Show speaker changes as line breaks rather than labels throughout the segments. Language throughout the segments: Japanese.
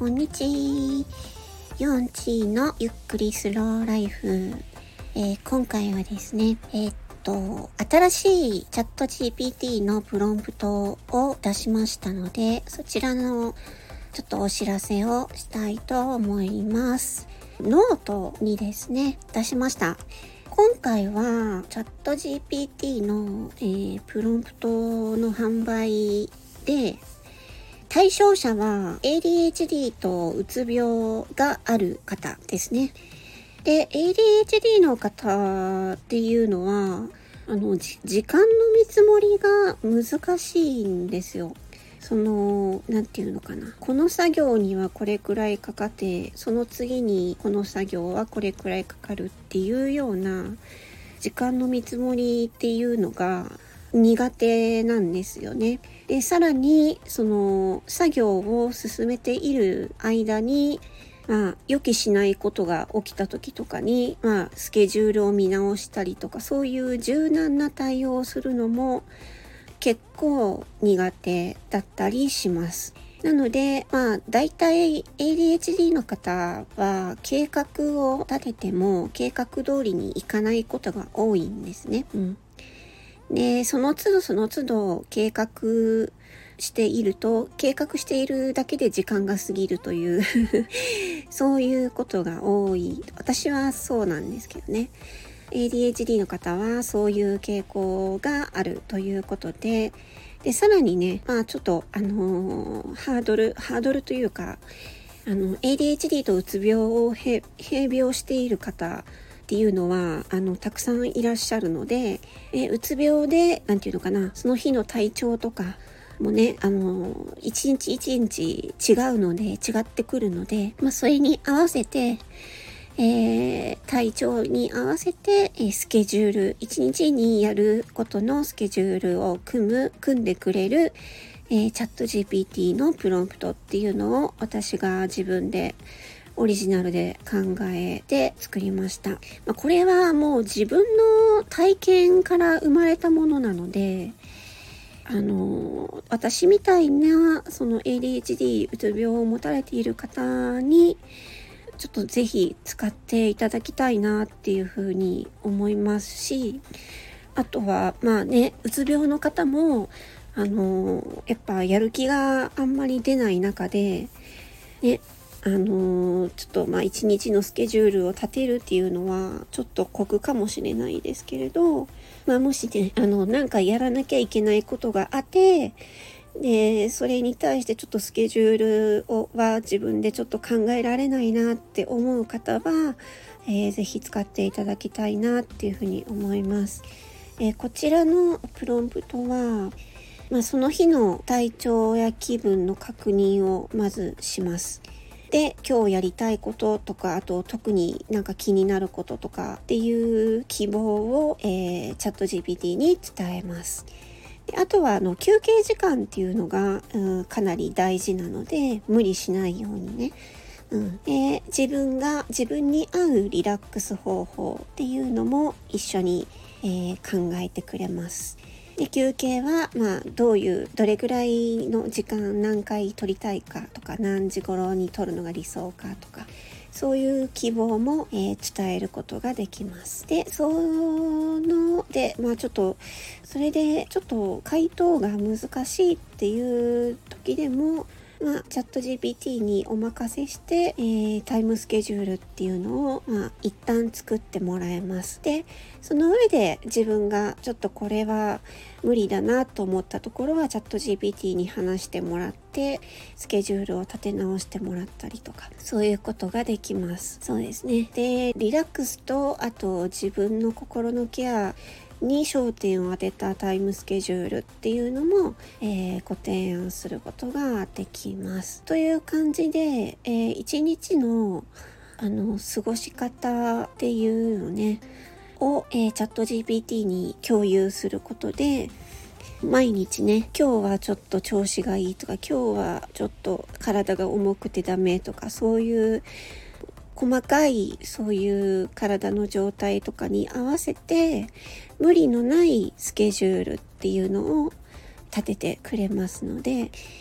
こんにちヨンチーのゆっくりスローライフ、今回はですね新しいチャット GPT のプロンプトを出しましたので、そちらのちょっとお知らせをしたいと思います。ノートにですね出しました。今回はチャット GPT の、プロンプトの販売で、対象者は ADHD とうつ病がある方ですね。で、ADHD の方っていうのは、時間の見積もりが難しいんですよ。なんていうのかな。この作業にはこれくらいかかって、その次にこの作業はこれくらいかかるっていうような時間の見積もりっていうのが苦手なんですよね。で、さらに作業を進めている間に、予期しないことが起きた時とかに、スケジュールを見直したりとか、そういう柔軟な対応をするのも結構苦手だったりします。なので、だいたい ADHD の方は計画を立てても計画通りにいかないことが多いんですね。で、その都度計画しているだけで時間が過ぎるというそういうことが多い。私はそうなんですけどね。ADHD の方はそういう傾向があるということで、さらにね、ちょっとハードルというか、ADHD とうつ病を併病している方っていうのはたくさんいらっしゃるので、うつ病でなんていうのかな、その日の体調とかもね、一日一日違うので、違ってくるので、それに合わせて、体調に合わせて、スケジュール、一日にやることのスケジュールを組んでくれる、チャット GPT のプロンプトっていうのを私が自分でオリジナルで考えて作りました。これはもう自分の体験から生まれたものなので、私みたいなその ADHD うつ病を持たれている方にちょっとぜひ使っていただきたいなっていうふうに思いますし、あとはうつ病の方もやっぱやる気があんまり出ない中でね、ちょっと一日のスケジュールを立てるっていうのはちょっと酷かもしれないですけれど、もしねなんかやらなきゃいけないことがあってで、それに対してちょっとスケジュールは自分でちょっと考えられないなって思う方は、ぜひ使っていただきたいなっていうふうに思います。こちらのプロンプトは、その日の体調や気分の確認をまずします。で、今日やりたいこととか、あと特になんか気になることとかっていう希望を、チャット GPT に伝えます。で、あとは休憩時間っていうのが、かなり大事なので、無理しないようにね。自分に合うリラックス方法っていうのも一緒に、考えてくれます。で、休憩はどれぐらいの時間何回取りたいかとか、何時頃に取るのが理想かとか、そういう希望も、伝えることができます。で、ちょっとそれでちょっと回答が難しいっていう時でも、チャット GPT にお任せして、タイムスケジュールっていうのを、一旦作ってもらえます。で、その上で自分がちょっとこれは無理だなと思ったところはチャット GPT に話してもらってスケジュールを立て直してもらったりとか、そういうことができます。そうですね。で、リラックスとあと自分の心のケアに焦点を当てたタイムスケジュールっていうのも、ご提案することができます。という感じで、一日の過ごし方っていうのねを、チャット GPT に共有することで、毎日ね、今日はちょっと調子がいいとか、今日はちょっと体が重くてダメとか、そういう細かいそういう体の状態とかに合わせて無理のないスケジュールっていうのを立ててくれますので、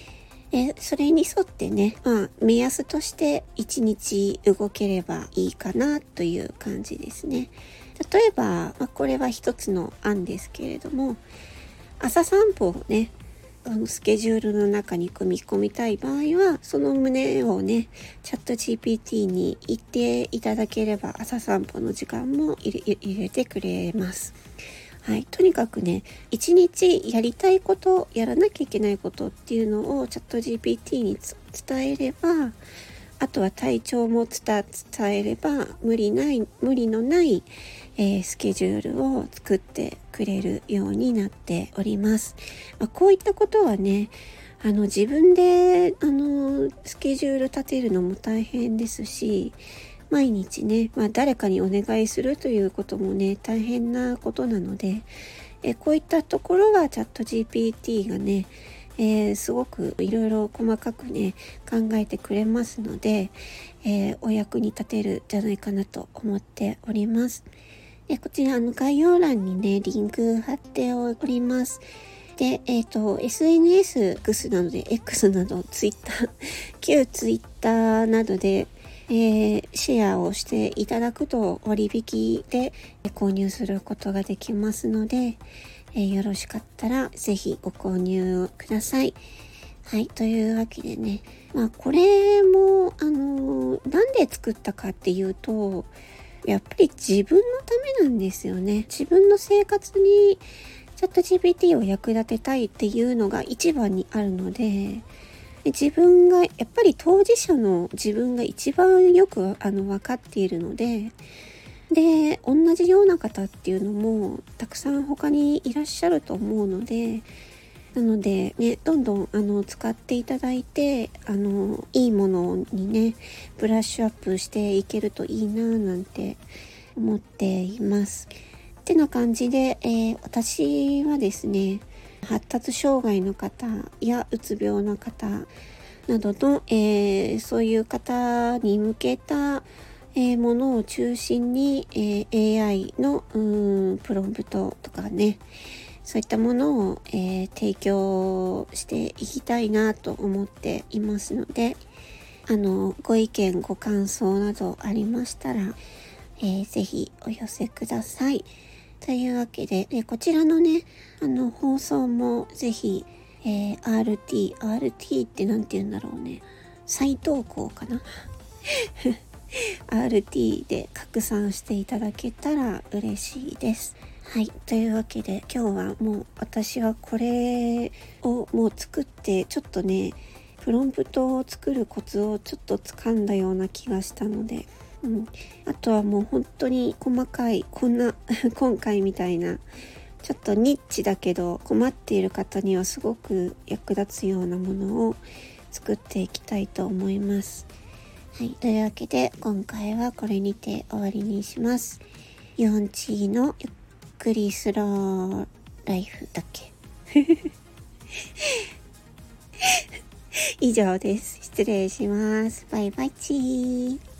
それに沿ってね、目安として1日動ければいいかなという感じですね。例えば、これは一つの案ですけれども、朝散歩をね、スケジュールの中に組み込みたい場合は、その旨をね、チャット GPT に言っていただければ、朝散歩の時間も入れてくれます。はい。とにかくね、一日やりたいこと、やらなきゃいけないことっていうのをチャット GPT に伝えれば、あとは体調も伝えれば、無理のない、スケジュールを作ってくれるようになっております。こういったことはね、自分で、スケジュール立てるのも大変ですし、毎日ね、誰かにお願いするということもね、大変なことなので、こういったところはチャット GPT がね、すごくいろいろ細かくね、考えてくれますので、お役に立てるんじゃないかなと思っております。こちら概要欄にね、リンク貼っております。で、SNS、X などで、X など、Twitter、旧 Twitter などで、シェアをしていただくと割引で購入することができますので、よろしかったらぜひご購入ください。はい、というわけでね、これもなんで作ったかっていうと、やっぱり自分のためなんですよね。自分の生活にチャット GPT を役立てたいっていうのが一番にあるので、自分がやっぱり当事者の自分が一番よく分かっているので、同じような方っていうのもたくさん他にいらっしゃると思うので、なのでね、どんどん使っていただいて、いいものにね、ブラッシュアップしていけるといいななんて思っています。ってな感じで、私はですね、発達障害の方やうつ病の方などの、そういう方に向けた、ものを中心に、AI のプロンプトとかね、そういったものを、提供していきたいなと思っていますので、ご意見ご感想などありましたら、ぜひお寄せください。というわけで、こちらのね、放送もぜひ、RT ってなんて言うんだろうね。再投稿かなRT で拡散していただけたら嬉しいです。はい。というわけで、今日はもう私はこれをもう作って、ちょっとね、プロンプトを作るコツをちょっと掴んだような気がしたので、あとはもう本当に細かい、今回みたいな、ちょっとニッチだけど困っている方にはすごく役立つようなものを作っていきたいと思います。はい。というわけで、今回はこれにて終わりにします。ヨンチーのゆっくりスローライフだっけ以上です。失礼します。バイバイチー。